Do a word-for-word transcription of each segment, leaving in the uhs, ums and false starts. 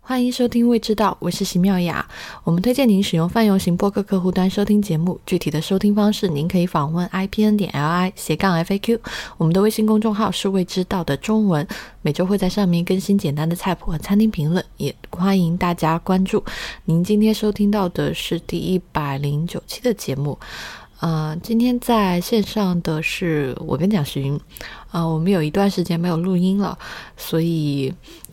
欢迎收听未知道，我是席妙雅。我们推荐您使用泛用型播客客户端收听节目，具体的收听方式您可以访问 i p n 点 l i 斜杠 f a q。 我们的微信公众号是未知道的中文，每周会在上面更新简单的菜谱和餐厅评论，也欢迎大家关注。您今天收听到的是第一百零九期的节目。呃，今天在线上的是我跟蒋勋，呃，我们有一段时间没有录音了，所以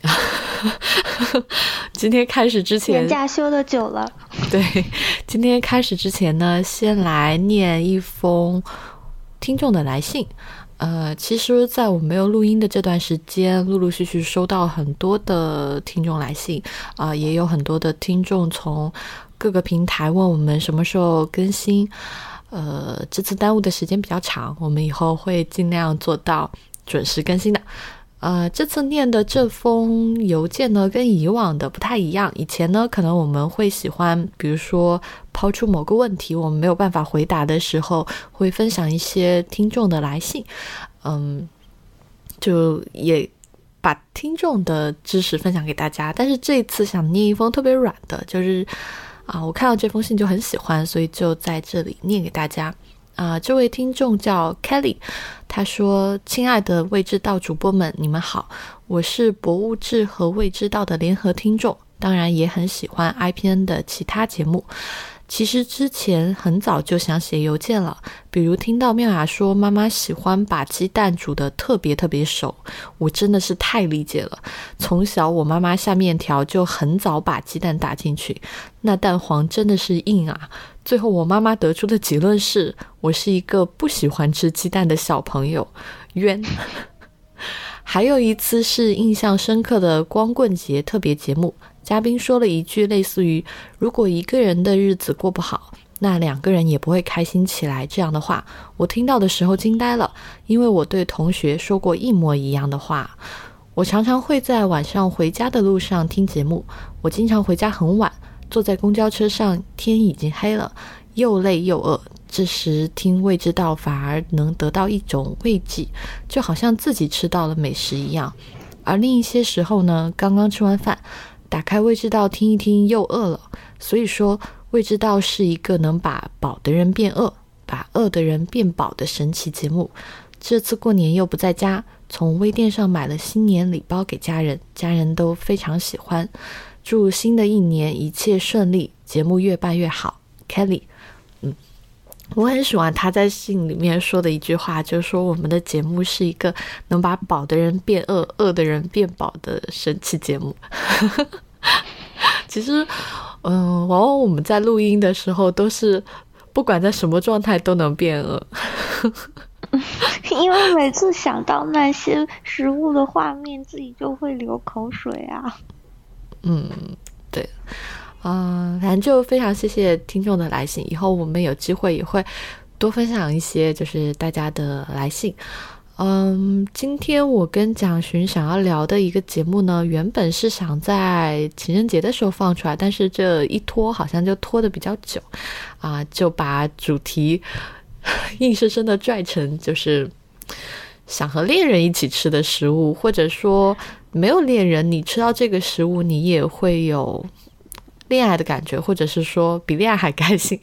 今天开始之前， 年假休的久了。 对，今天开始之前呢，先来念一封听众的来信。呃，其实在我没有录音的这段时间，陆陆续续收到很多的听众来信，啊、呃，也有很多的听众从各个平台问我们什么时候更新。呃，这次耽误的时间比较长，我们以后会尽量做到准时更新的。呃，这次念的这封邮件呢，跟以往的不太一样。以前呢，可能我们会喜欢，比如说抛出某个问题，我们没有办法回答的时候，会分享一些听众的来信，嗯，就也把听众的知识分享给大家。但是这一次想念一封特别软的，就是啊，我看到这封信就很喜欢，所以就在这里念给大家。啊，这位听众叫 Kelly， 他说：亲爱的未知道主播们，你们好，我是博物志和未知道的联合听众，当然也很喜欢 I P N 的其他节目。其实之前很早就想写邮件了，比如听到妙雅说妈妈喜欢把鸡蛋煮得特别特别熟，我真的是太理解了。从小我妈妈下面条就很早把鸡蛋打进去，那蛋黄真的是硬啊。最后我妈妈得出的结论是，我是一个不喜欢吃鸡蛋的小朋友，冤。还有一次是印象深刻的光棍节特别节目，嘉宾说了一句类似于如果一个人的日子过不好，那两个人也不会开心起来这样的话，我听到的时候惊呆了，因为我对同学说过一模一样的话。我常常会在晚上回家的路上听节目，我经常回家很晚，坐在公交车上，天已经黑了，又累又饿，这时听未知道反而能得到一种慰藉，就好像自己吃到了美食一样。而另一些时候呢，刚刚吃完饭，打开未知道听一听又饿了。所以说未知道是一个能把饱的人变饿，把饿的人变饱的神奇节目。这次过年又不在家，从微店上买了新年礼包给家人，家人都非常喜欢。祝新的一年一切顺利，节目越办越好 Kelly。 嗯，我很喜欢他在信里面说的一句话，就是说我们的节目是一个能把饱的人变饿，饿的人变饱的神奇节目。其实嗯，往往我们在录音的时候都是不管在什么状态都能变饿。 因为每次想到那些食物的画面，自己就会流口水啊。 嗯，对，嗯、呃，反正就非常谢谢听众的来信，以后我们有机会也会多分享一些就是大家的来信。嗯，今天我跟蒋勋想要聊的一个节目呢，原本是想在情人节的时候放出来，但是这一拖好像就拖得比较久啊，就把主题硬生生的拽成就是想和恋人一起吃的食物，或者说没有恋人你吃到这个食物你也会有恋爱的感觉，或者是说比恋爱还开心。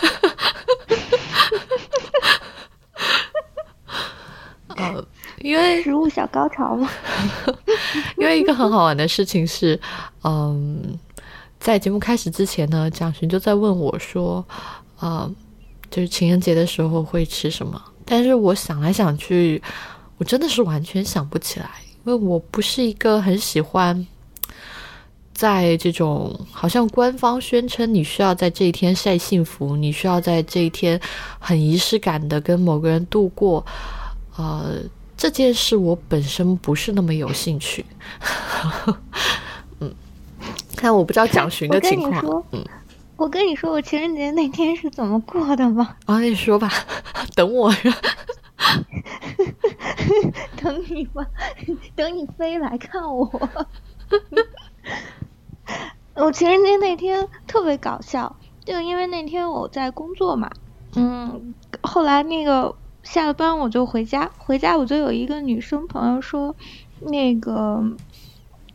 呃，因为食物小高潮嘛。 因为一个很好玩的事情是，嗯，在节目开始之前呢，蒋勋就在问我说，呃，就是情人节的时候会吃什么？但是我想来想去，我真的是完全想不起来，因为我不是一个很喜欢在这种好像官方宣称你需要在这一天晒幸福，你需要在这一天很仪式感的跟某个人度过，呃，这件事我本身不是那么有兴趣。嗯，看我不知道蒋勋的情况。嗯， 我跟你说我情人节那天是怎么过的吗？ 啊，你说吧，等我。 等你吧，等你飞来看我。我情人节那天特别搞笑，就因为那天我在工作嘛，嗯，后来那个下了班我就回家，回家我就有一个女生朋友说，那个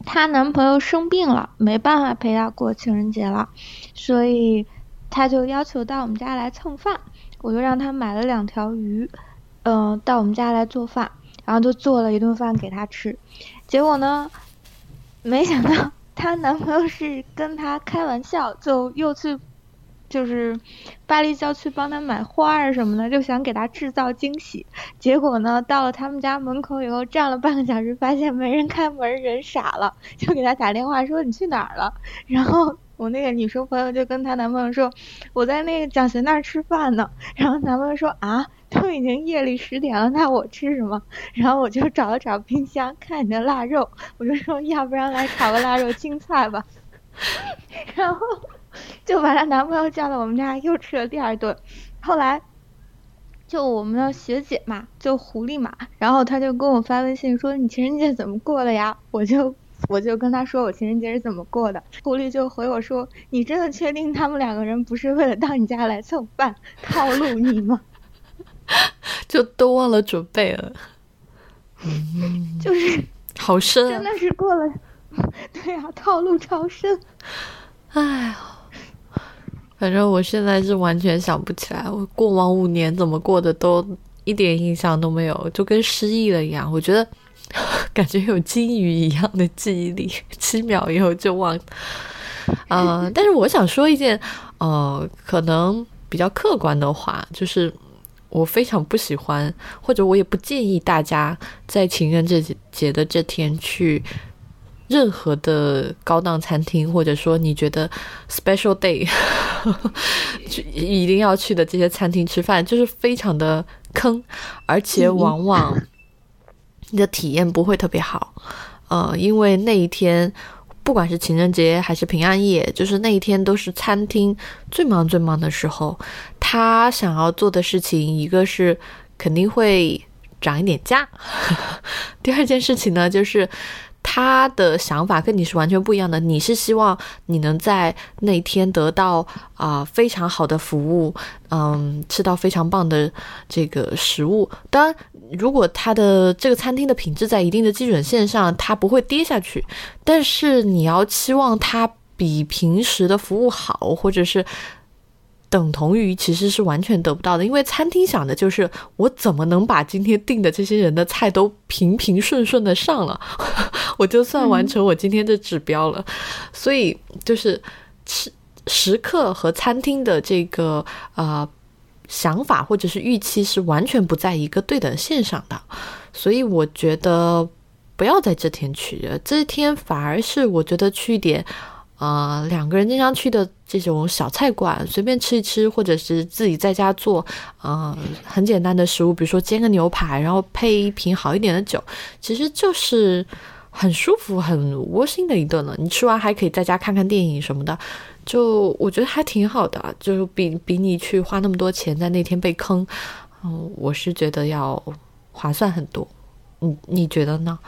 她男朋友生病了，没办法陪她过情人节了，所以她就要求到我们家来蹭饭。我就让她买了两条鱼，嗯、呃，到我们家来做饭，然后就做了一顿饭给她吃。结果呢，没想到她男朋友是跟她开玩笑，就又去就是巴黎郊区帮她买花儿什么的，就想给她制造惊喜。结果呢，到了他们家门口以后，站了半个小时，发现没人开门，人傻了，就给她打电话说你去哪儿了。然后我那个女生朋友就跟她男朋友说，我在那个蒋学那儿吃饭呢。然后男朋友说啊，都已经夜里十点了，那我吃什么？然后我就找了找冰箱，看你的腊肉，我就说要不然来炒个腊肉青菜吧。然后就把她男朋友叫到我们家，又吃了第二顿。后来就我们的学姐嘛，就狐狸嘛，然后她就跟我发微信说你情人节怎么过的呀？我就我就跟她说我情人节是怎么过的。狐狸就回我说你真的确定他们两个人不是为了到你家来蹭饭套路你吗？ 就都忘了准备了。嗯， 就是好深、啊、 真的是过了。对啊，套路超深。 哎，反正我现在是完全想不起来，我过往五年怎么过的都一点印象都没有，就跟失忆了一样。我觉得感觉有金鱼一样的记忆力，七秒以后就忘了。呃，但是我想说一件呃，可能比较客观的话，就是我非常不喜欢，或者我也不建议大家在情人节的这天去任何的高档餐厅，或者说你觉得 special day 一定要去的这些餐厅吃饭，就是非常的坑，而且往往你的体验不会特别好。呃，因为那一天不管是情人节还是平安夜，就是那一天都是餐厅最忙最忙的时候，他想要做的事情，一个是肯定会涨一点价，第二件事情呢，就是他的想法跟你是完全不一样的。你是希望你能在那天得到啊、呃、非常好的服务，嗯，吃到非常棒的这个食物。当然，如果他的这个餐厅的品质在一定的基准线上，它不会跌下去。但是你要期望它比平时的服务好，或者是等同于，其实是完全得不到的。因为餐厅想的就是我怎么能把今天订的这些人的菜都平平顺顺的上了，我就算完成我今天的指标了。嗯、所以就是食客和餐厅的这个呃想法或者是预期是完全不在一个对等线上的。所以我觉得不要在这天去，这一天反而是我觉得去一点呃，两个人经常去的这种小菜馆，随便吃一吃，或者是自己在家做，呃，很简单的食物，比如说煎个牛排，然后配一瓶好一点的酒，其实就是很舒服、很窝心的一顿了。你吃完还可以在家看看电影什么的，就我觉得还挺好的，就比比你去花那么多钱在那天被坑，嗯、呃，我是觉得要划算很多。你你觉得呢？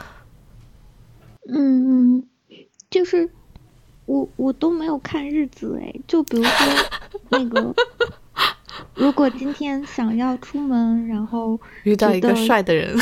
嗯，就是。我我都没有看日子诶，就比如说那个，如果今天想要出门，然后遇到一个帅的人，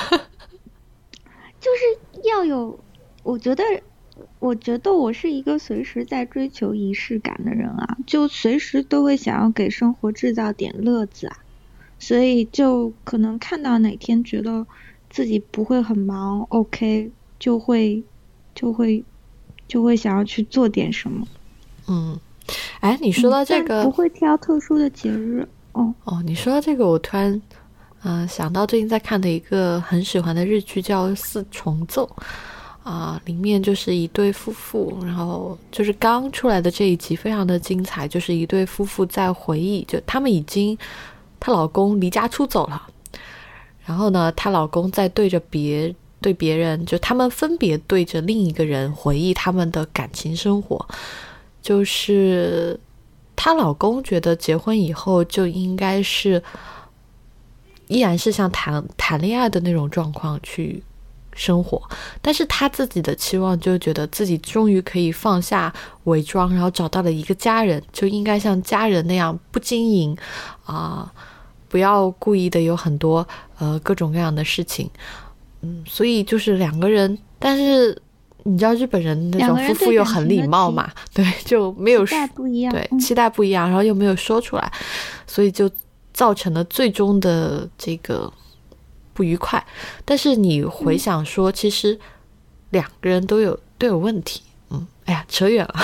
就是要有，我觉得，我觉得我是一个随时在追求仪式感的人啊，就随时都会想要给生活制造点乐子啊，所以就可能看到哪天觉得自己不会很忙 ，OK， 就会就会。就会想要去做点什么。 嗯，哎，你说到这个、 嗯、不会挑特殊的节日。哦哦，你说到这个，我突然嗯、呃、想到最近在看的一个很喜欢的日剧叫《四重奏》啊、呃，里面就是一对夫妇，然后就是刚出来的这一集非常的精彩，就是一对夫妇在回忆，就他们已经她老公离家出走了，然后呢，她老公在对着别。对别人，就他们分别对着另一个人回忆他们的感情生活，就是她老公觉得结婚以后就应该是依然是像谈谈恋爱的那种状况去生活，但是她自己的期望就觉得自己终于可以放下伪装，然后找到了一个家人，就应该像家人那样不经营啊、呃，不要故意的有很多呃各种各样的事情。嗯，所以就是两个人，但是你知道日本人那种夫妇又很礼貌嘛，对，就没有期待不一样， 对，期待不一样，然后又没有说出来，所以就造成了最终的这个不愉快。但是你回想说，其实两个人都有都有问题。嗯，哎呀，扯远了。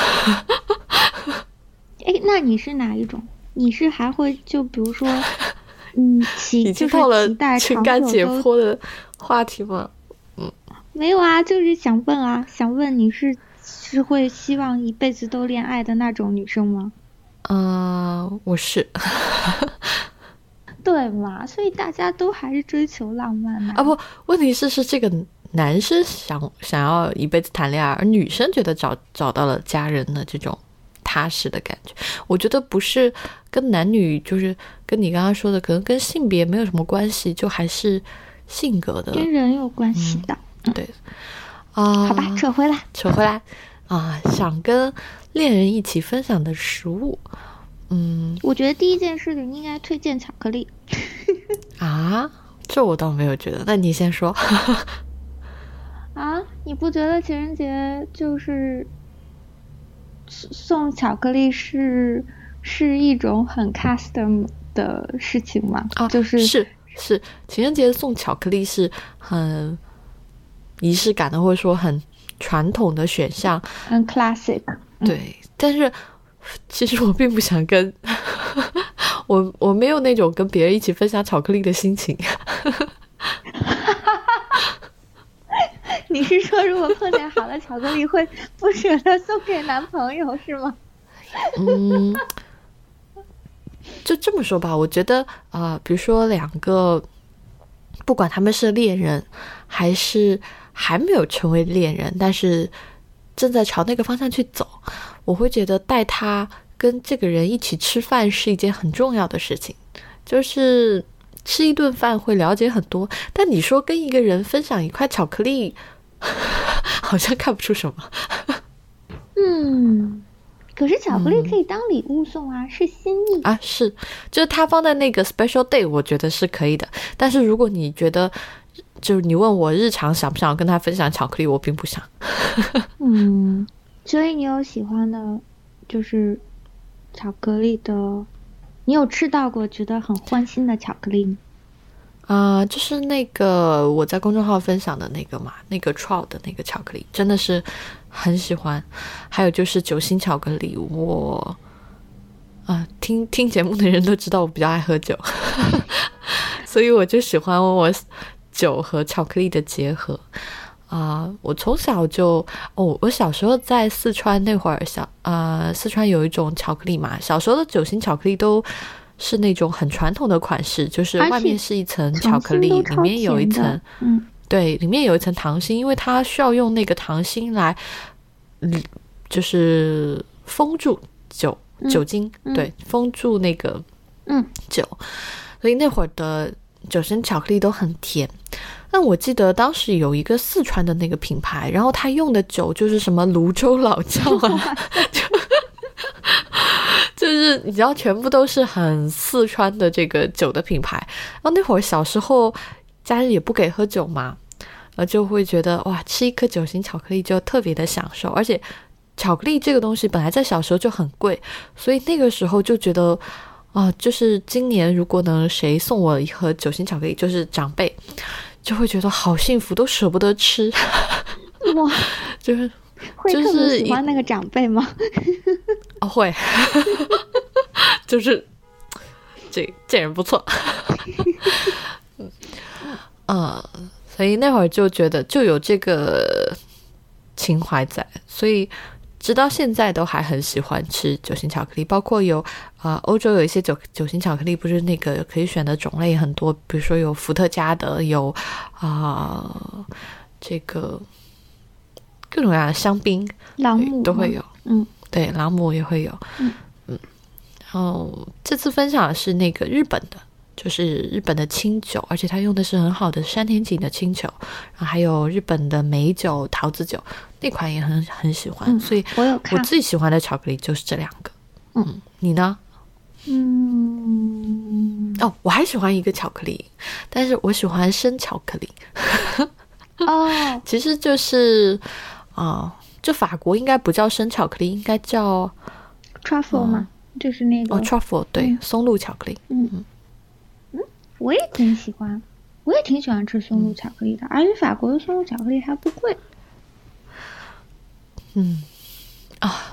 哎，那你是哪一种？你是还会就比如说，嗯，期已经到了情感解剖的话题吗？嗯， 没有啊，就是想问啊，想问你是是会希望一辈子都恋爱的那种女生吗？ 嗯、呃，我是。 对嘛，所以大家都还是追求浪漫嘛。 啊不，问题是是这个男生想想要一辈子谈恋爱，而女生觉得找找到了家人的这种踏实的感觉。我觉得不是跟男女，就是跟你刚刚说的，可能跟性别没有什么关系，就还是性格的， 跟人有关系的。 嗯、对啊、呃， 好吧，扯回来， 扯回来啊、呃，想跟恋人一起分享的食物。嗯， 我觉得第一件事情应该推荐巧克力。 啊，这我倒没有觉得，那你先说。 啊，你不觉得情人节就是送巧克力是是一种很 custom 的事情吗？ 啊， 就是是是，情人节送巧克力是很仪式感的，或者说很传统的选项， 很 classic。 对，嗯、但是其实我并不想跟我我没有那种跟别人一起分享巧克力的心情。 你是说如果碰见好的巧克力会不舍得送给男朋友是吗？ 嗯，就这么说吧，我觉得啊、呃，比如说两个，不管他们是恋人还是还没有成为恋人，但是正在朝那个方向去走，我会觉得带他跟这个人一起吃饭是一件很重要的事情，就是吃一顿饭会了解很多。但你说跟一个人分享一块巧克力，好像看不出什么。 嗯，可是巧克力可以当礼物送啊，嗯、是心意啊，是，就是它放在那个 special day， 我觉得是可以的。但是如果你觉得，就是你问我日常想不想跟他分享巧克力，我并不想。 嗯，所以你有喜欢的，就是巧克力的，你有吃到过觉得很欢心的巧克力吗？ 啊、呃，就是那个我在公众号分享的那个嘛，那个 Trout 的那个巧克力，真的是很喜欢。还有就是酒心巧克力，我啊、呃，听听节目的人都知道我比较爱喝酒，所以我就喜欢我酒和巧克力的结合。啊、呃，我从小就哦，我小时候在四川那会儿，小呃，四川有一种巧克力嘛，小时候的酒心巧克力都是那种很传统的款式，就是外面是一层巧克力，里面有一层， 嗯， 对，里面有一层糖心，因为它需要用那个糖心来，嗯，就是封住酒、嗯、酒精， 嗯、 对，封住那个嗯酒，所以那会儿的酒心巧克力都很甜。但我记得当时有一个四川的那个品牌，然后他用的酒就是什么泸州老窖啊，就就是你知道全部都是很四川的这个酒的品牌。然后那会儿小时候家人也不给喝酒嘛，呃就会觉得哇，吃一颗酒心巧克力就特别的享受，而且巧克力这个东西本来在小时候就很贵，所以那个时候就觉得啊、呃，就是今年如果能谁送我一盒酒心巧克力，就是长辈，就会觉得好幸福，都舍不得吃。 哇， 就是会特别喜欢那个长辈吗？ 哦，会，就是这这人不错。嗯，呃，所以那会儿就觉得就有这个情怀在，所以直到现在都还很喜欢吃酒心巧克力，包括有啊、呃，欧洲有一些酒酒心巧克力，不是那个可以选的种类很多，比如说有伏特加的，有啊、呃、这个各种各样的香槟， 朗姆都会有， 嗯， 对，朗姆也会有， 嗯嗯，然后这次分享的是那个日本的。就是日本的清酒，而且它用的是很好的山田锦的清酒，然后还有日本的梅酒、桃子酒，那款也很很喜欢， 嗯、 所以我有看。 我自己喜欢的巧克力就是这两个。嗯，嗯你呢？ 嗯， 哦，我还喜欢一个巧克力，但是我喜欢生巧克力。 哦， 其实就是啊，这法国应该不叫生巧克力，应该叫 truffle 嘛、嗯，就是那个哦 truffle 对、嗯、松露巧克力。 嗯嗯嗯，我也挺喜欢，我也挺喜欢吃松露巧克力的，嗯、而且法国的松露巧克力还不贵。 嗯啊，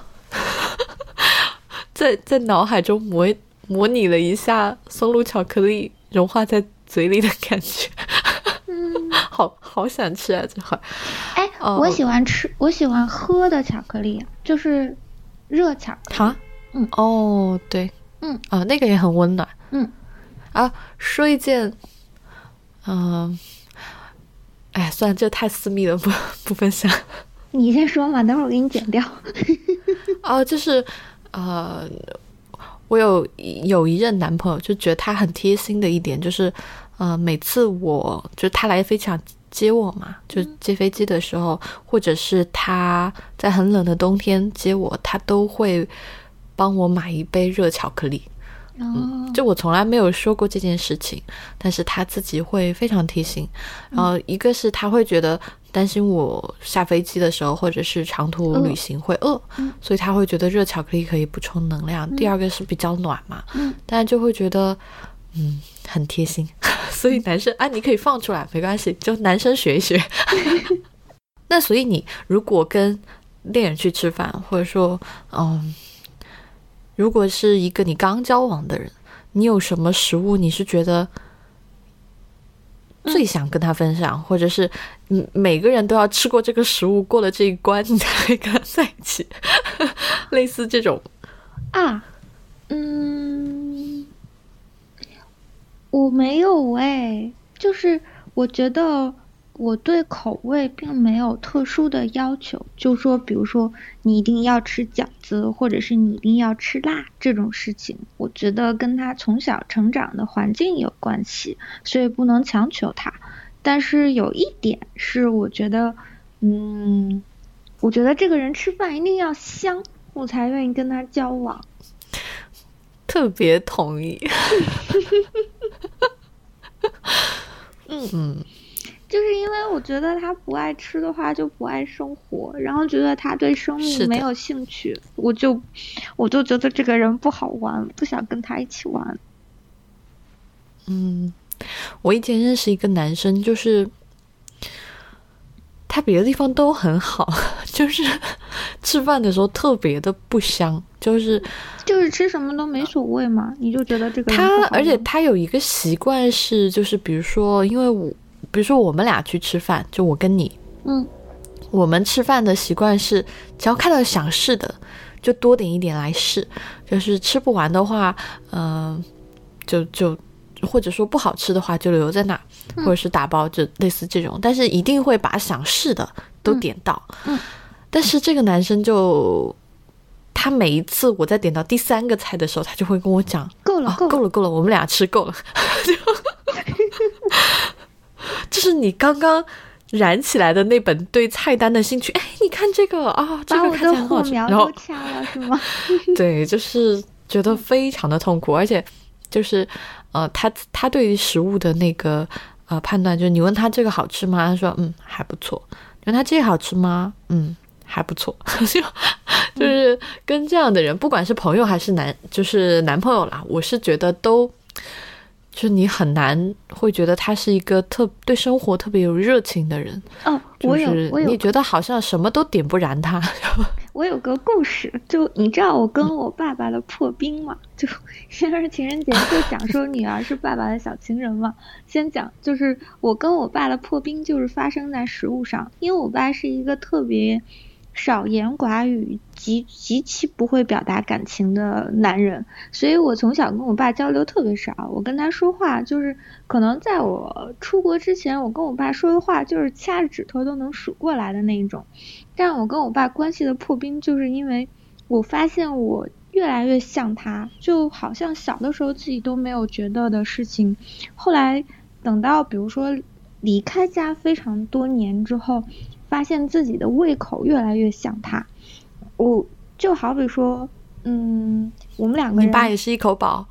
在在脑海中模模拟了一下松露巧克力融化在嘴里的感觉。嗯，好好想吃啊这会儿。 哎、哦，我喜欢吃，我喜欢喝的巧克力，就是热巧克力。 哈，嗯，哦，对， 嗯， 啊，那个也很温暖。 嗯， 啊，说一件，嗯、呃，哎，算了，这太私密了，不不分享。 你先说嘛，等会儿我给你剪掉。 哦，就是呃，我有有一任男朋友，就觉得他很贴心的一点就是，呃，每次我就他来飞机场接我嘛，就接飞机的时候，嗯、或者是他在很冷的冬天接我，他都会帮我买一杯热巧克力。嗯，就我从来没有说过这件事情，但是他自己会非常贴心。然后一个是他会觉得担心我下飞机的时候或者是长途旅行会饿、嗯、所以他会觉得热巧克力可以补充能量、嗯、第二个是比较暖嘛，嗯，但就会觉得嗯很贴心。所以男生啊，你可以放出来没关系，就男生学一学。那所以你如果跟恋人去吃饭，或者说嗯如果是一个你刚交往的人，你有什么食物你是觉得最想跟他分享、嗯、或者是每个人都要吃过这个食物过了这一关你才会跟他在一起。类似这种啊，嗯，我没有哎，就是我觉得我对口味并没有特殊的要求，就说比如说你一定要吃饺子或者是你一定要吃辣这种事情，我觉得跟他从小成长的环境有关系，所以不能强求他。但是有一点是我觉得嗯，我觉得这个人吃饭一定要香，我才愿意跟他交往。 特别同意。嗯嗯， 就是因为我觉得他不爱吃的话就不爱生活，然后觉得他对生命没有兴趣，我就我就觉得这个人不好玩，不想跟他一起玩。 嗯，我以前认识一个男生，就是他别的地方都很好，就是吃饭的时候特别的不香，就是就是吃什么都没所谓嘛，你就觉得这个人不好玩。 他而且他有一个习惯是，就是比如说因为我比如说我们俩去吃饭，就我跟你， 嗯， 我们吃饭的习惯是只要看到想试的就多点一点来试，就是吃不完的话嗯、呃，就就或者说不好吃的话就留在那、嗯、或者是打包，就类似这种，但是一定会把想试的都点到。 嗯, 嗯，但是这个男生就他每一次我在点到第三个菜的时候，他就会跟我讲够了、 啊、 够了够了够了我们俩吃够了。就是你刚刚燃起来的那本对菜单的兴趣，哎，你看这个啊、哦，这个看起来很好吃， 把我的火苗都掐了是吗？ 对，就是觉得非常的痛苦，而且就是呃，他他对于食物的那个呃判断，就是你问他这个好吃吗？他说嗯还不错。你问他这个好吃吗？嗯还不错。就就是跟这样的人，不管是朋友还是男就是男朋友啦，我是觉得都。就你很难会觉得他是一个特对生活特别有热情的人。 哦，我有， 就是你觉得好像什么都点不燃他。 我有个故事，就你知道我跟我爸爸的破冰嘛？就先是情人节就讲说女儿是爸爸的小情人嘛。先讲就是我跟我爸的破冰就是发生在食物上，因为我爸是一个特别少言寡语极极其不会表达感情的男人，所以我从小跟我爸交流特别少，我跟他说话就是可能在我出国之前，我跟我爸说的话就是掐着指头都能数过来的那一种。但我跟我爸关系的破冰就是因为我发现我越来越像他，就好像小的时候自己都没有觉得的事情，后来等到比如说离开家非常多年之后，发现自己的胃口越来越像他。我就好比说嗯，我们两个人， 你爸也是一口饱。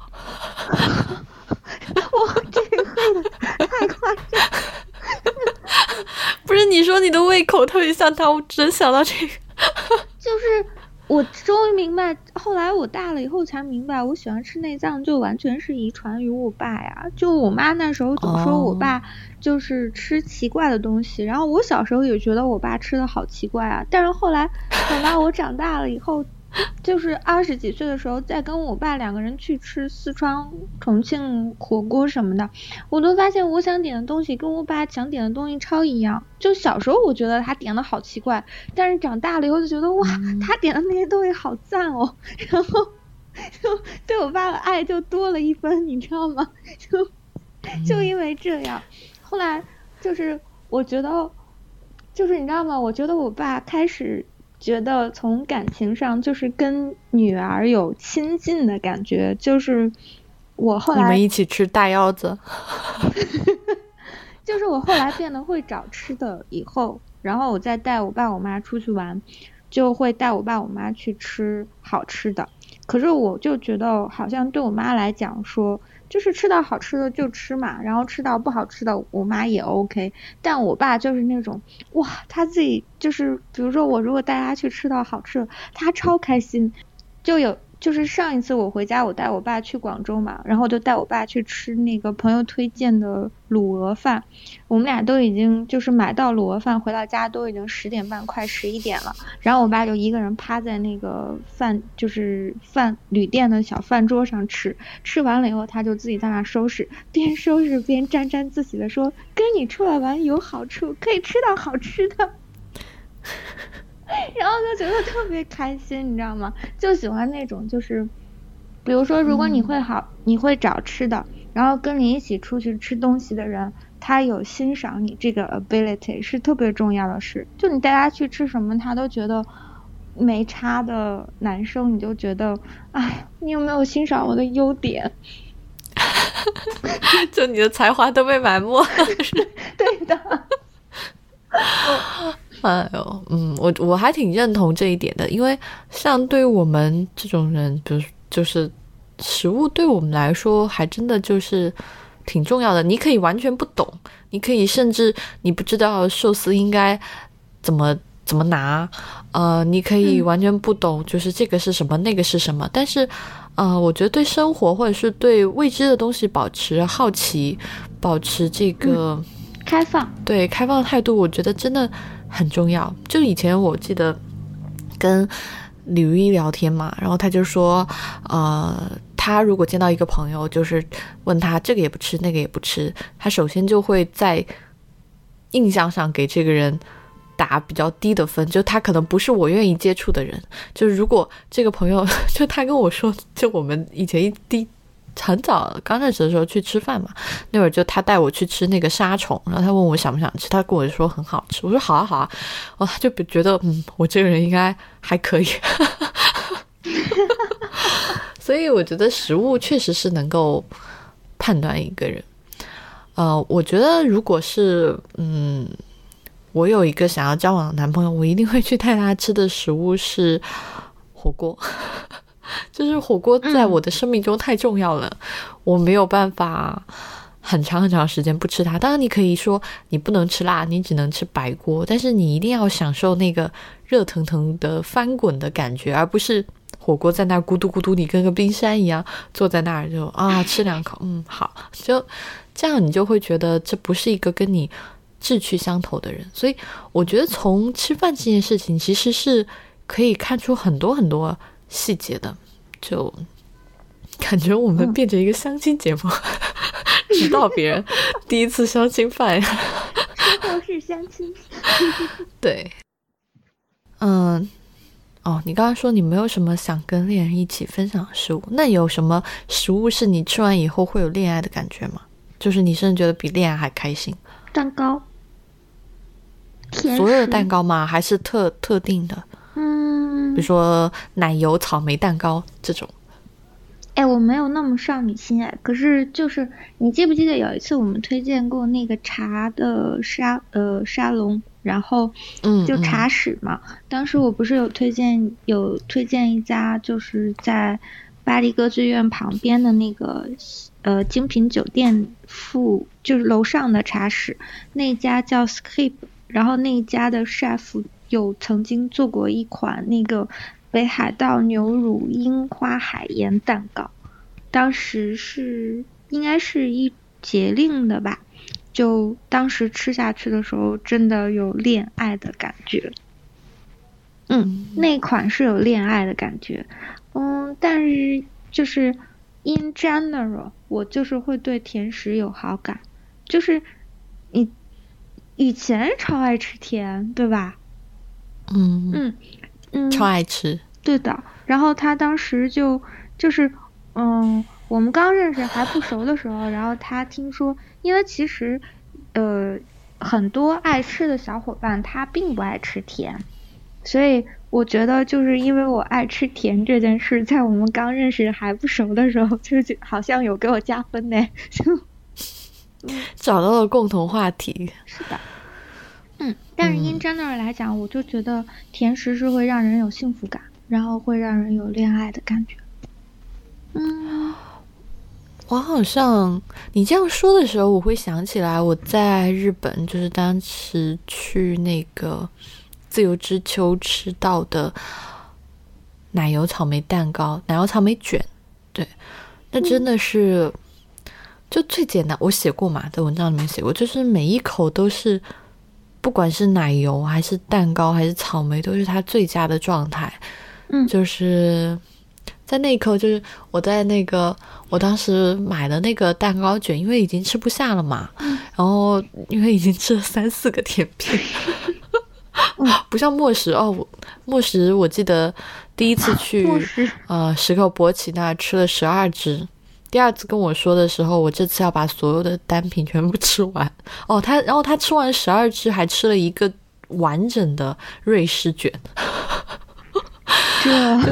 哇，这个喝的太夸张。 不是，你说你的胃口特别像他，我只能想到这个。 就是我终于明白，后来我大了以后才明白，我喜欢吃内脏就完全是遗传于我爸呀。就我妈那时候总说我爸就是吃奇怪的东西， oh. 然后我小时候也觉得我爸吃的好奇怪啊。但是后来等到我长大了以后，就是二十几岁的时候，再跟我爸两个人去吃四川重庆火锅什么的，我都发现我想点的东西跟我爸想点的东西超一样。就小时候我觉得他点的好奇怪，但是长大了以后就觉得哇，他点的那些东西好赞哦，然后就对我爸的爱就多了一分，你知道吗？就就因为这样，后来就是我觉得，就是你知道吗？我觉得我爸开始觉得从感情上就是跟女儿有亲近的感觉，就是我后来你们一起吃大腰子就是我后来变得会找吃的以后，然后我再带我爸我妈出去玩，就会带我爸我妈去吃好吃的。可是我就觉得好像对我妈来讲说，就是吃到好吃的就吃嘛，然后吃到不好吃的我妈也 OK。 但我爸就是那种哇，他自己就是比如说我如果带他去吃到好吃的，他超开心。就有就是上一次我回家，我带我爸去广州嘛，然后就带我爸去吃那个朋友推荐的卤鹅饭。我们俩都已经就是买到卤鹅饭，回到家都已经十点半快十一点了，然后我爸就一个人趴在那个饭就是饭旅店的小饭桌上吃，吃完了以后他就自己在那收拾，边收拾边沾沾自喜的说，跟你出来玩有好处，可以吃到好吃的然后就觉得特别开心，你知道吗？就喜欢那种就是比如说如果你会好、嗯、你会找吃的，然后跟你一起出去吃东西的人他有欣赏你这个 ability 是特别重要的事。就你带他去吃什么他都觉得没差的男生，你就觉得哎，你有没有欣赏我的优点就你的才华都被埋没了对的哎呦，嗯，我我还挺认同这一点的，因为像对于我们这种人，比如就是食物对我们来说还真的就是挺重要的。你可以完全不懂，你可以甚至你不知道寿司应该怎么怎么拿，呃，你可以完全不懂就是这个是什么、嗯、那个是什么，但是呃，我觉得对生活或者是对未知的东西保持好奇，保持这个、嗯、 开放， 对开放的态度，我觉得真的很重要。就以前我记得跟李如一聊天嘛，然后他就说呃，他如果见到一个朋友就是问他这个也不吃那个也不吃，他首先就会在印象上给这个人打比较低的分，就他可能不是我愿意接触的人。就是如果这个朋友就他跟我说，就我们以前一第很早刚认识的时候去吃饭嘛，那会儿就他带我去吃那个沙虫，然后他问我想不想吃，他跟我说很好吃，我说好啊好啊，哦，他就觉得嗯，我这个人应该还可以所以我觉得食物确实是能够判断一个人。呃，我觉得如果是嗯，我有一个想要交往的男朋友，我一定会去带他吃的食物是火锅就是火锅在我的生命中太重要了、嗯、我没有办法很长很长时间不吃它。当然你可以说你不能吃辣，你只能吃白锅，但是你一定要享受那个热腾腾的翻滚的感觉，而不是火锅在那咕嘟咕嘟，你跟个冰山一样坐在那儿就啊吃两口嗯好，就这样你就会觉得这不是一个跟你志趣相投的人。所以我觉得从吃饭这件事情其实是可以看出很多很多细节的，就感觉我们变成一个相亲节目、嗯、指导别人第一次相亲饭生活是相亲对，嗯，哦，你刚刚说你没有什么想跟恋人一起分享的食物，那有什么食物是你吃完以后会有恋爱的感觉吗？就是你甚至觉得比恋爱还开心？ 蛋糕，甜食， 所有的蛋糕吗？还是特特定的？ 嗯， 比如说奶油草莓蛋糕这种。 哎，我没有那么少女心哎，可是就是你记不记得有一次我们推荐过那个茶的沙呃沙龙，然后就茶室嘛、嗯嗯、当时我不是有推荐有推荐一家就是在巴黎歌剧院旁边的那个呃精品酒店附就是楼上的茶室，那家叫 Skip 然后那家的 chef 有曾经做过一款那个北海道牛乳樱花海盐蛋糕，当时是应该是一节令的吧，就当时吃下去的时候真的有恋爱的感觉。嗯，那款是有恋爱的感觉。嗯，但是就是 in general 我就是会对甜食有好感，就是你以前超爱吃甜，对吧？ 嗯嗯嗯， 超爱吃。 对的。然后他当时就就是嗯，我们刚认识还不熟的时候，然后他听说，因为其实呃很多爱吃的小伙伴他并不爱吃甜，所以我觉得就是因为我爱吃甜这件事，在我们刚认识还不熟的时候，就是好像有给我加分呢。 找到了共同话题。 是的。嗯，但是 in general 来讲，我就觉得甜食是会让人有幸福感，然后会让人有恋爱的感觉。嗯， 我好像你这样说的时候，我会想起来我在日本，就是当时去那个自由之丘吃到的奶油草莓蛋糕、奶油草莓卷，对，那真的是、嗯、就最简单。我写过嘛，在文章里面写过，就是每一口都是，不管是奶油还是蛋糕还是草莓，都是它最佳的状态。 嗯， 就是在那一刻，就是我在那个我当时买的那个蛋糕卷，因为已经吃不下了嘛， 嗯、 然后因为已经吃了三四个甜品。不像默食哦，默食我记得第一次去呃石口博奇那吃了十二只，第二次跟我说的时候，我这次要把所有的单品全部吃完哦。他然后他吃完十二只，还吃了一个完整的瑞士卷。 这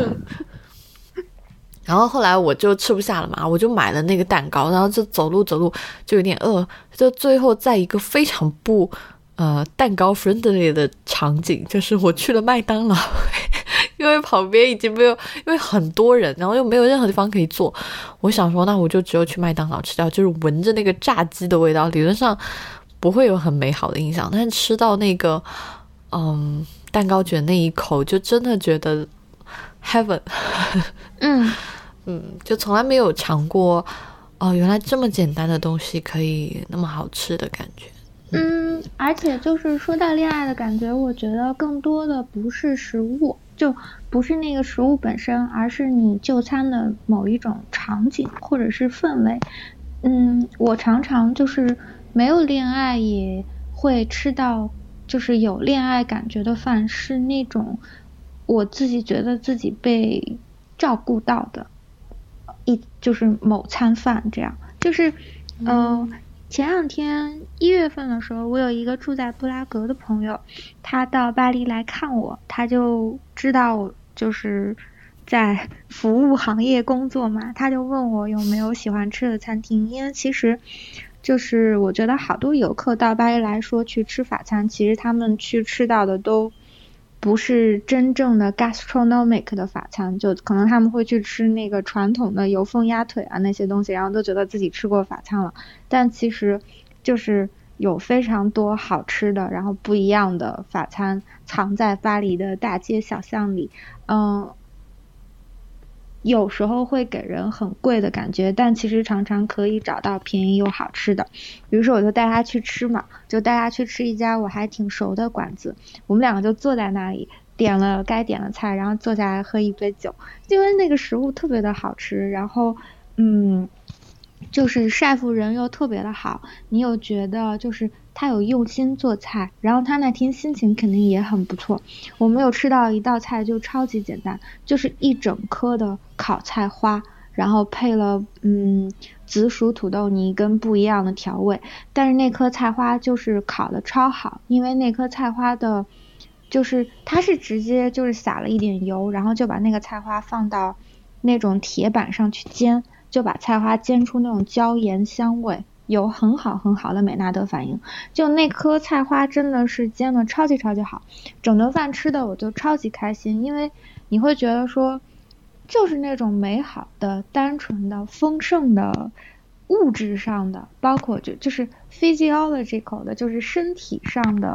然后后来我就吃不下了嘛，我就买了那个蛋糕，然后就走路走路就有点饿，就最后在一个非常不呃蛋糕 friendly 的场景，就是我去了麦当劳，因为旁边已经没有，因为很多人，然后又没有任何地方可以坐，我想说那我就只有去麦当劳吃掉，就是闻着那个炸鸡的味道，理论上不会有很美好的印象，但是吃到那个嗯蛋糕卷那一口，就真的觉得 heaven。 嗯嗯，就从来没有尝过哦，原来这么简单的东西可以那么好吃的感觉。 嗯，而且就是说到恋爱的感觉，我觉得更多的不是食物，就不是那个食物本身，而是你就餐的某一种场景或者是氛围。嗯，我常常就是没有恋爱也会吃到就是有恋爱感觉的饭，是那种我自己觉得自己被照顾到的一就是某餐饭，这样就是嗯、呃、前两天一月份的时候，我有一个住在布拉格的朋友，他到巴黎来看我，他就知道我就是在服务行业工作嘛，他就问我有没有喜欢吃的餐厅，因为其实就是我觉得好多游客到巴黎来说去吃法餐，其实他们去吃到的都不是真正的 gastronomic 的法餐，就可能他们会去吃那个传统的油封鸭腿啊那些东西，然后都觉得自己吃过法餐了，但其实就是有非常多好吃的然后不一样的法餐藏在巴黎的大街小巷里。嗯，有时候会给人很贵的感觉，但其实常常可以找到便宜又好吃的。比如说我就带他去吃嘛，就带他去吃一家我还挺熟的馆子，我们两个就坐在那里点了该点的菜，然后坐下来喝一杯酒，因为那个食物特别的好吃，然后嗯就是chef人又特别的好，你有觉得就是他有用心做菜，然后他那天心情肯定也很不错。我没有吃到一道菜就超级简单，就是一整颗的烤菜花，然后配了嗯紫薯土豆泥跟不一样的调味，但是那颗菜花就是烤的超好，因为那颗菜花的就是它是直接就是撒了一点油，然后就把那个菜花放到那种铁板上去煎，就把菜花煎出那种椒盐香味，有很好很好的美纳德反应，就那颗菜花真的是煎的超级超级好，整顿饭吃的我就超级开心，因为你会觉得说就是那种美好的单纯的丰盛的物质上的，包括就就是 physiological 的就是身体上的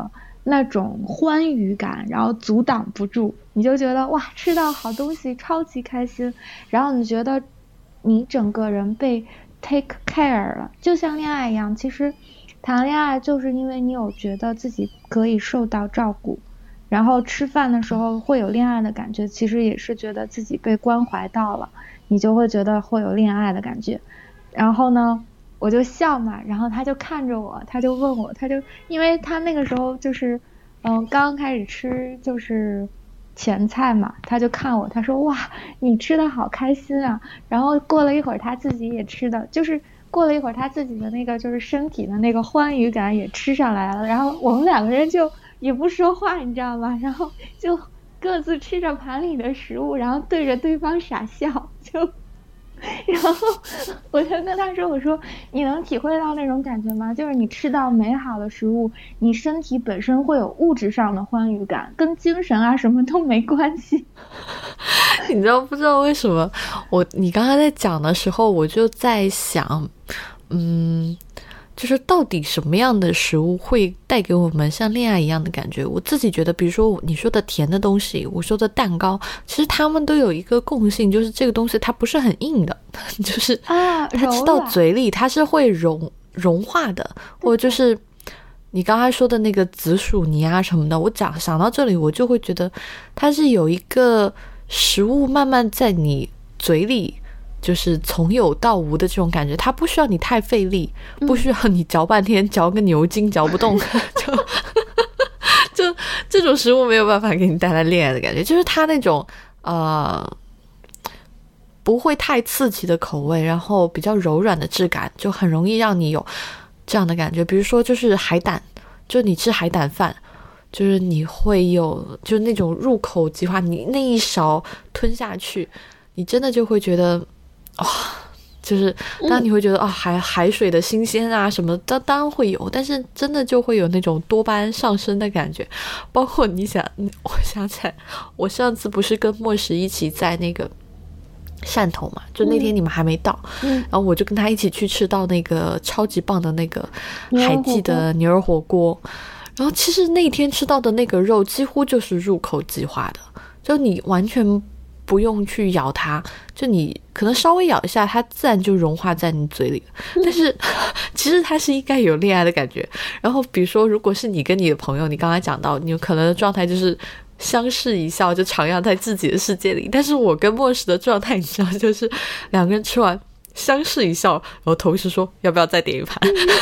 那种欢愉感，然后阻挡不住，你就觉得哇，吃到好东西超级开心，然后你觉得你整个人被 take care 了，就像恋爱一样。其实谈恋爱就是因为你有觉得自己可以受到照顾，然后吃饭的时候会有恋爱的感觉，其实也是觉得自己被关怀到了，你就会觉得会有恋爱的感觉。然后呢我就笑嘛，然后他就看着我，他就问我，他就因为他那个时候就是嗯、呃、刚开始吃就是前菜嘛，他就看我，他说哇你吃的好开心啊。然后过了一会儿他自己也吃的，就是过了一会儿他自己的那个就是身体的那个欢愉感也吃上来了，然后我们两个人就也不说话你知道吗，然后就各自吃着盘里的食物，然后对着对方傻笑，就然后我就跟他说，我说你能体会到那种感觉吗？就是你吃到美好的食物，你身体本身会有物质上的欢愉感，跟精神啊什么都没关系。 你知道不知道为什么我你刚刚在讲的时候我就在想，嗯就是到底什么样的食物会带给我们像恋爱一样的感觉。我自己觉得比如说你说的甜的东西，我说的蛋糕，其实它们都有一个共性，就是这个东西它不是很硬的，就是它吃到嘴里它是会融融化的，或者就是你刚才说的那个紫薯泥啊什么的，我讲想到这里我就会觉得它是有一个食物慢慢在你嘴里就是从有到无的这种感觉，它不需要你太费力，不需要你嚼半天嚼个牛筋嚼不动就就这种食物没有办法给你带来恋爱的感觉，就是它那种呃不会太刺激的口味，然后比较柔软的质感，就很容易让你有这样的感觉。比如说就是海胆，就你吃海胆饭，就是你会有就那种入口即化，你那一勺吞下去你真的就会觉得哇、哦，就是当然你会觉得啊、哦，海海水的新鲜啊什么的，当然会有，但是真的就会有那种多巴胺上升的感觉。包括你想，我想起来，我上次不是跟莫石一起在那个汕头嘛，就那天你们还没到、嗯、然后我就跟他一起去吃到那个超级棒的那个海记的牛肉火锅，然后其实那天吃到的那个肉几乎就是入口即化的，就你完全不用去咬它，就你可能稍微咬一下它自然就融化在你嘴里了。但是其实它是应该有恋爱的感觉。然后比如说如果是你跟你的朋友，你刚才讲到你有可能的状态就是相视一笑，就徜徉在自己的世界里，但是我跟莫石的状态你知道，就是两个人吃完相视一笑，然后同时说要不要再点一盘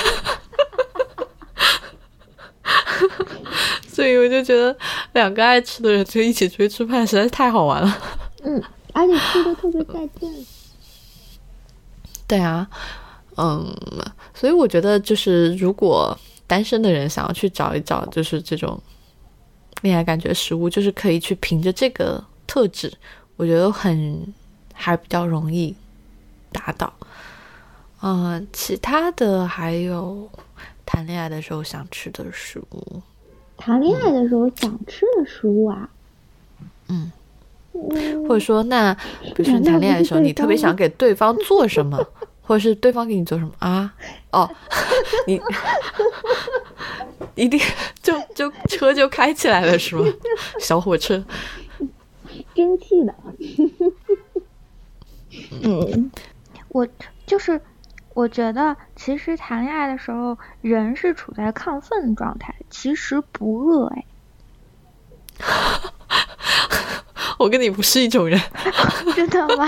所以我就觉得两个爱吃的人就一起出去吃饭实在是太好玩了。 嗯，而且吃的特别带劲。 对啊，嗯，所以我觉得就是如果单身的人想要去找一找就是这种恋爱感觉食物，就是可以去凭着这个特质，我觉得很还比较容易达到。嗯，其他的还有谈恋爱的时候想吃的食物。 谈恋爱的时候想吃的食物啊？ 嗯。或者说那比如说你谈恋爱的时候你特别想给对方做什么或者是对方给你做什么啊？哦你一定就就车就开起来了是吗？小火车蒸汽的嗯，我就是我觉得其实谈恋爱的时候人是处在亢奋的状态，其实不饿哎我跟你不是一种人真的吗？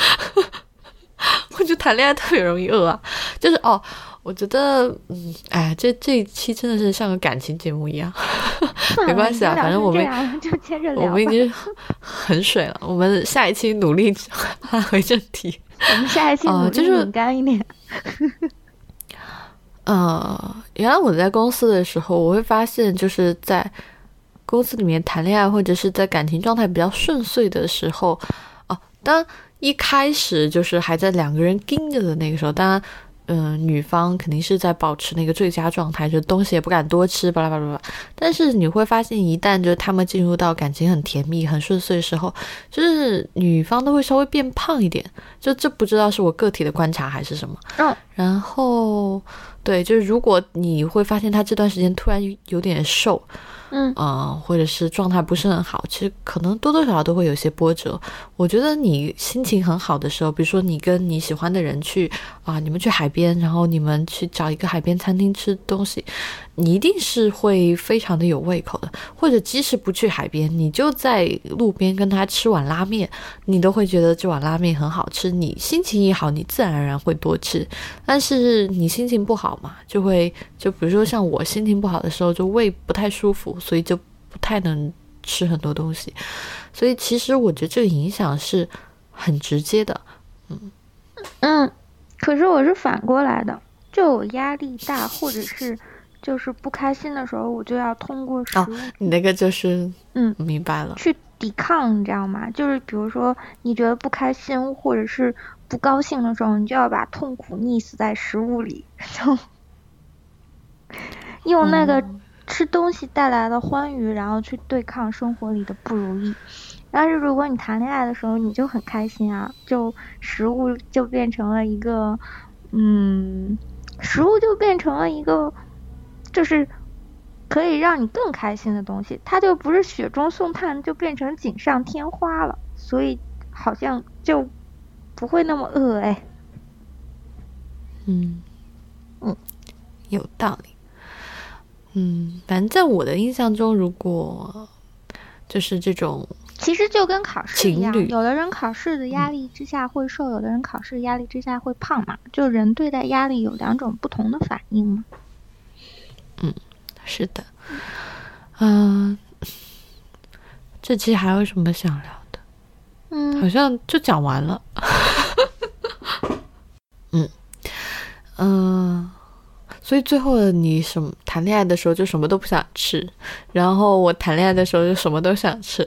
我觉得谈恋爱特别容易饿啊，就是哦我觉得嗯，哎，这这一期真的是像个感情节目一样没关系啊，反正我们就接着聊， 我们已经很水了，我们下一期努力拉回正题， 我们下一期努力拧干一点、 呃、呃，原来我在公司的时候我会发现就是在公司里面谈恋爱或者是在感情状态比较顺遂的时候哦，当然一开始就是还在两个人盯着的那个时候，当然嗯、呃，女方肯定是在保持那个最佳状态，就东西也不敢多吃巴拉巴拉巴拉，但是你会发现一旦就是他们进入到感情很甜蜜很顺遂的时候，就是女方都会稍微变胖一点，就这不知道是我个体的观察还是什么、哦、然后对对，就是如果你会发现他这段时间突然有点瘦， 嗯呃，或者是状态不是很好，其实可能多多少少都会有些波折。我觉得你心情很好的时候，比如说你跟你喜欢的人去啊、你们去海边，然后你们去找一个海边餐厅吃东西，你一定是会非常的有胃口的。或者即使不去海边，你就在路边跟他吃碗拉面，你都会觉得这碗拉面很好吃。你心情一好，你自然而然会多吃。但是你心情不好嘛，就会就比如说像我心情不好的时候，就胃不太舒服，所以就不太能吃很多东西。所以其实我觉得这个影响是很直接的。嗯嗯，可是我是反过来的，就我压力大或者是就是不开心的时候，我就要通过食物、 哦、你那个就是嗯明白了， 去抵抗，你知道吗？就是比如说你觉得不开心或者是不高兴的时候，你就要把痛苦溺死在食物里，就用那个吃东西带来的欢愉，然后去对抗生活里的不如意。但是如果你谈恋爱的时候你就很开心啊，就食物就变成了一个嗯食物就变成了一个就是可以让你更开心的东西，它就不是雪中送炭，就变成锦上添花了，所以好像就不会那么饿哎。 嗯嗯， 有道理。嗯，反正在我的印象中，如果就是这种其实就跟考试一样， 情侣有的人考试的压力之下会瘦、嗯、有的人考试压力之下会胖嘛，就人对待压力有两种不同的反应嘛。 嗯，是的。嗯、呃，这期还有什么想聊的？ 嗯， 好像就讲完了。嗯嗯、呃，所以最后你什么谈恋爱的时候就什么都不想吃，然后我谈恋爱的时候就什么都想吃。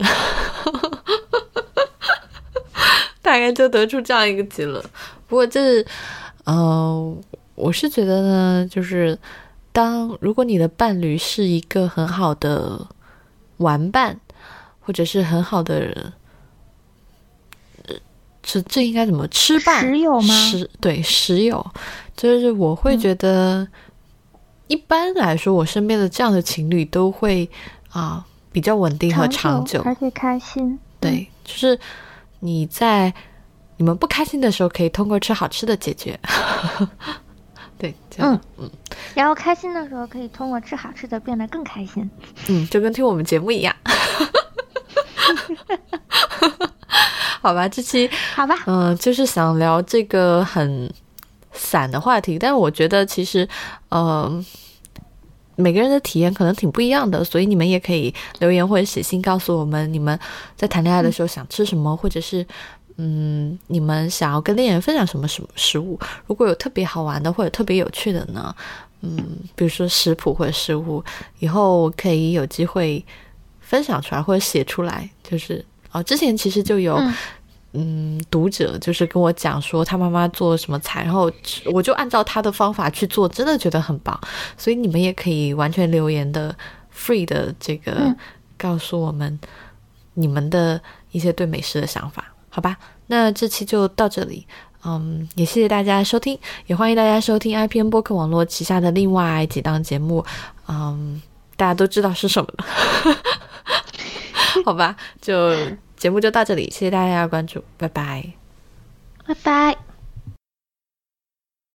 大概就得出这样一个结论。不过这是呃我是觉得呢，就是当如果你的伴侣是一个很好的玩伴，或者是很好的这这应该怎么吃伴？ 室友吗？ 室对室友，就是我会觉得、嗯、一般来说我身边的这样的情侣都会啊、呃、比较稳定和长久， 而且开心。 对、嗯、就是你在你们不开心的时候可以通过吃好吃的解决。对，这样 嗯, 嗯然后开心的时候可以通过吃好吃的变得更开心。 嗯，就跟听我们节目一样。好吧，这期好吧， 嗯、呃，就是想聊这个很散的话题，但我觉得其实呃每个人的体验可能挺不一样的，所以你们也可以留言或者写信告诉我们你们在谈恋爱的时候想吃什么、嗯、或者是嗯你们想要跟恋人分享什么什么食物，如果有特别好玩的或者特别有趣的呢，嗯比如说食谱或者食物，以后可以有机会分享出来或者写出来。就是哦，之前其实就有嗯嗯，读者就是跟我讲说他妈妈做什么菜，然后我就按照他的方法去做，真的觉得很棒。所以你们也可以完全留言的 free 的这个、嗯、告诉我们你们的一些对美食的想法，好吧？那这期就到这里，嗯，也谢谢大家收听，也欢迎大家收听 I P N 播客网络旗下的另外几档节目，嗯，大家都知道是什么了。好吧，就节目就到这里，谢谢大家的关注，拜拜， 拜拜。